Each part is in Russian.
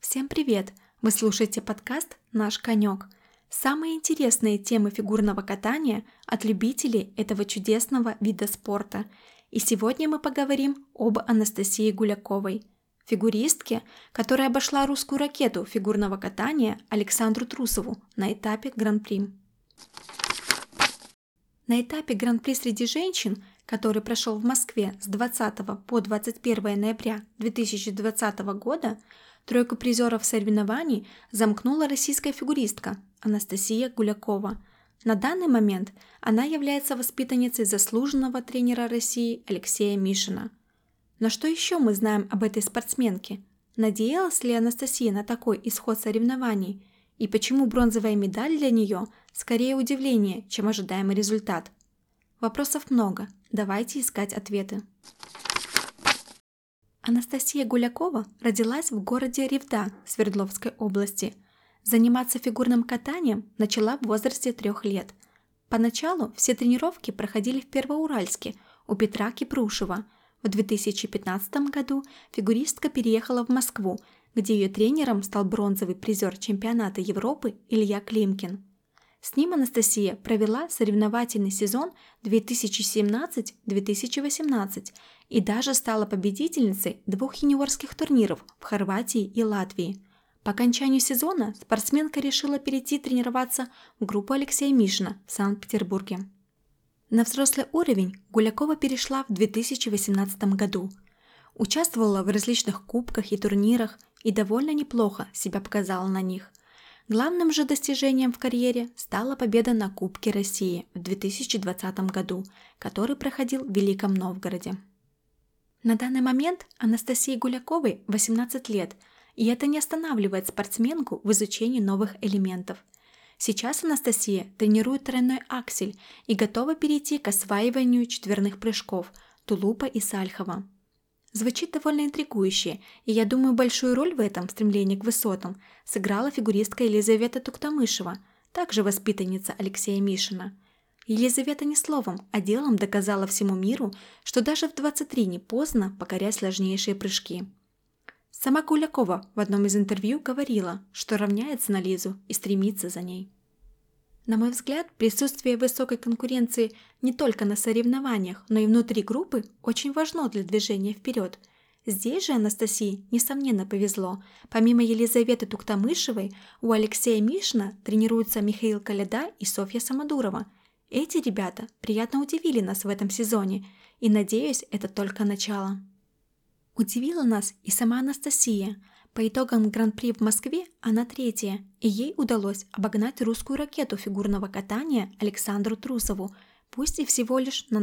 Всем привет! Вы слушаете подкаст «Наш конек». Самые интересные темы фигурного катания от любителей этого чудесного вида спорта. И сегодня мы поговорим об Анастасии Гуляковой, фигуристке, которая обошла русскую ракету фигурного катания Александру Трусову на этапе Гран-при. На этапе Гран-при среди женщин, который прошел в Москве с 20 по 21 ноября 2020 года, тройку призеров соревнований замкнула российская фигуристка Анастасия Гулякова. На данный момент она является воспитанницей заслуженного тренера России Алексея Мишина. Но что еще мы знаем об этой спортсменке? Надеялась ли Анастасия на такой исход соревнований? И почему бронзовая медаль для нее скорее удивление, чем ожидаемый результат? Вопросов много, давайте искать ответы. Анастасия Гулякова родилась в городе Ревда Свердловской области. Заниматься фигурным катанием начала в возрасте 3 лет. Поначалу все тренировки проходили в Первоуральске у Петра Кипрушева. В 2015 году фигуристка переехала в Москву, где ее тренером стал бронзовый призер чемпионата Европы Илья Климкин. С ним Анастасия провела соревновательный сезон 2017-2018 и даже стала победительницей 2 юниорских турниров в Хорватии и Латвии. По окончанию сезона спортсменка решила перейти тренироваться в группу Алексея Мишина в Санкт-Петербурге. На взрослый уровень Гулякова перешла в 2018 году. Участвовала в различных кубках и турнирах и довольно неплохо себя показала на них. Главным же достижением в карьере стала победа на Кубке России в 2020 году, который проходил в Великом Новгороде. На данный момент Анастасии Гуляковой 18 лет, и это не останавливает спортсменку в изучении новых элементов. Сейчас Анастасия тренирует тройной аксель и готова перейти к осваиванию четверных прыжков тулупа и сальхова. Звучит довольно интригующе, и я думаю, большую роль в этом стремлении к высотам сыграла фигуристка Елизавета Туктамышева, также воспитанница Алексея Мишина. Елизавета не словом, а делом доказала всему миру, что даже в 23 не поздно покорять сложнейшие прыжки. Сама Гулякова в одном из интервью говорила, что равняется на Лизу и стремится за ней. На мой взгляд, присутствие высокой конкуренции не только на соревнованиях, но и внутри группы очень важно для движения вперед. Здесь же Анастасии, несомненно, повезло. Помимо Елизаветы Туктамышевой, у Алексея Мишина тренируются Михаил Коляда и Софья Самодурова. Эти ребята приятно удивили нас в этом сезоне, и, надеюсь, это только начало. Удивила нас и сама Анастасия. По итогам Гран-при в Москве она 3-я, и ей удалось обогнать русскую ракету фигурного катания Александру Трусову, пусть и всего лишь на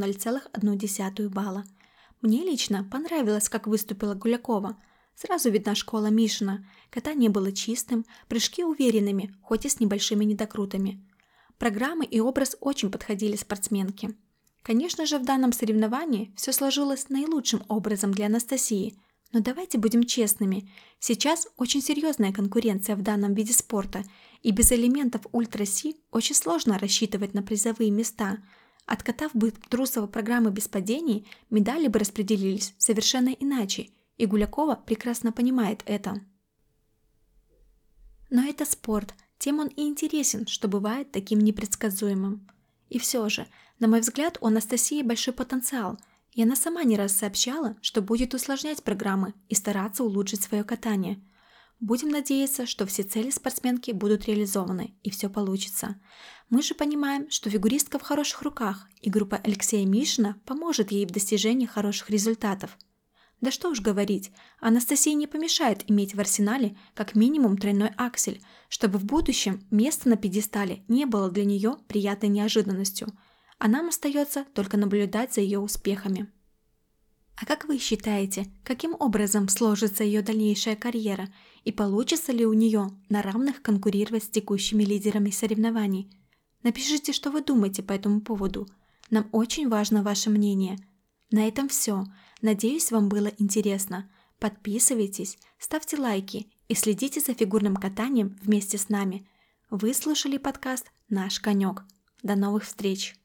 0,1 балла. Мне лично понравилось, как выступила Гулякова. Сразу видна школа Мишина, катание было чистым, прыжки уверенными, хоть и с небольшими недокрутами. Программы и образ очень подходили спортсменке. Конечно же, в данном соревновании все сложилось наилучшим образом для Анастасии. Но давайте будем честными, сейчас очень серьезная конкуренция в данном виде спорта, и без элементов ультра-си очень сложно рассчитывать на призовые места. Откатав бы Трусова программы без падений, медали бы распределились совершенно иначе, и Гулякова прекрасно понимает это. Но это спорт, тем он и интересен, что бывает таким непредсказуемым. И все же, на мой взгляд, у Анастасии большой потенциал, и она сама не раз сообщала, что будет усложнять программы и стараться улучшить свое катание. Будем надеяться, что все цели спортсменки будут реализованы и все получится. Мы же понимаем, что фигуристка в хороших руках, и группа Алексея Мишина поможет ей в достижении хороших результатов. Да что уж говорить, Анастасии не помешает иметь в арсенале как минимум тройной аксель, чтобы в будущем место на пьедестале не было для нее приятной неожиданностью, а нам остается только наблюдать за ее успехами. А как вы считаете, каким образом сложится ее дальнейшая карьера и получится ли у нее на равных конкурировать с текущими лидерами соревнований? Напишите, что вы думаете по этому поводу. Нам очень важно ваше мнение. На этом все. Надеюсь, вам было интересно. Подписывайтесь, ставьте лайки и следите за фигурным катанием вместе с нами. Вы слушали подкаст «Наш конек». До новых встреч!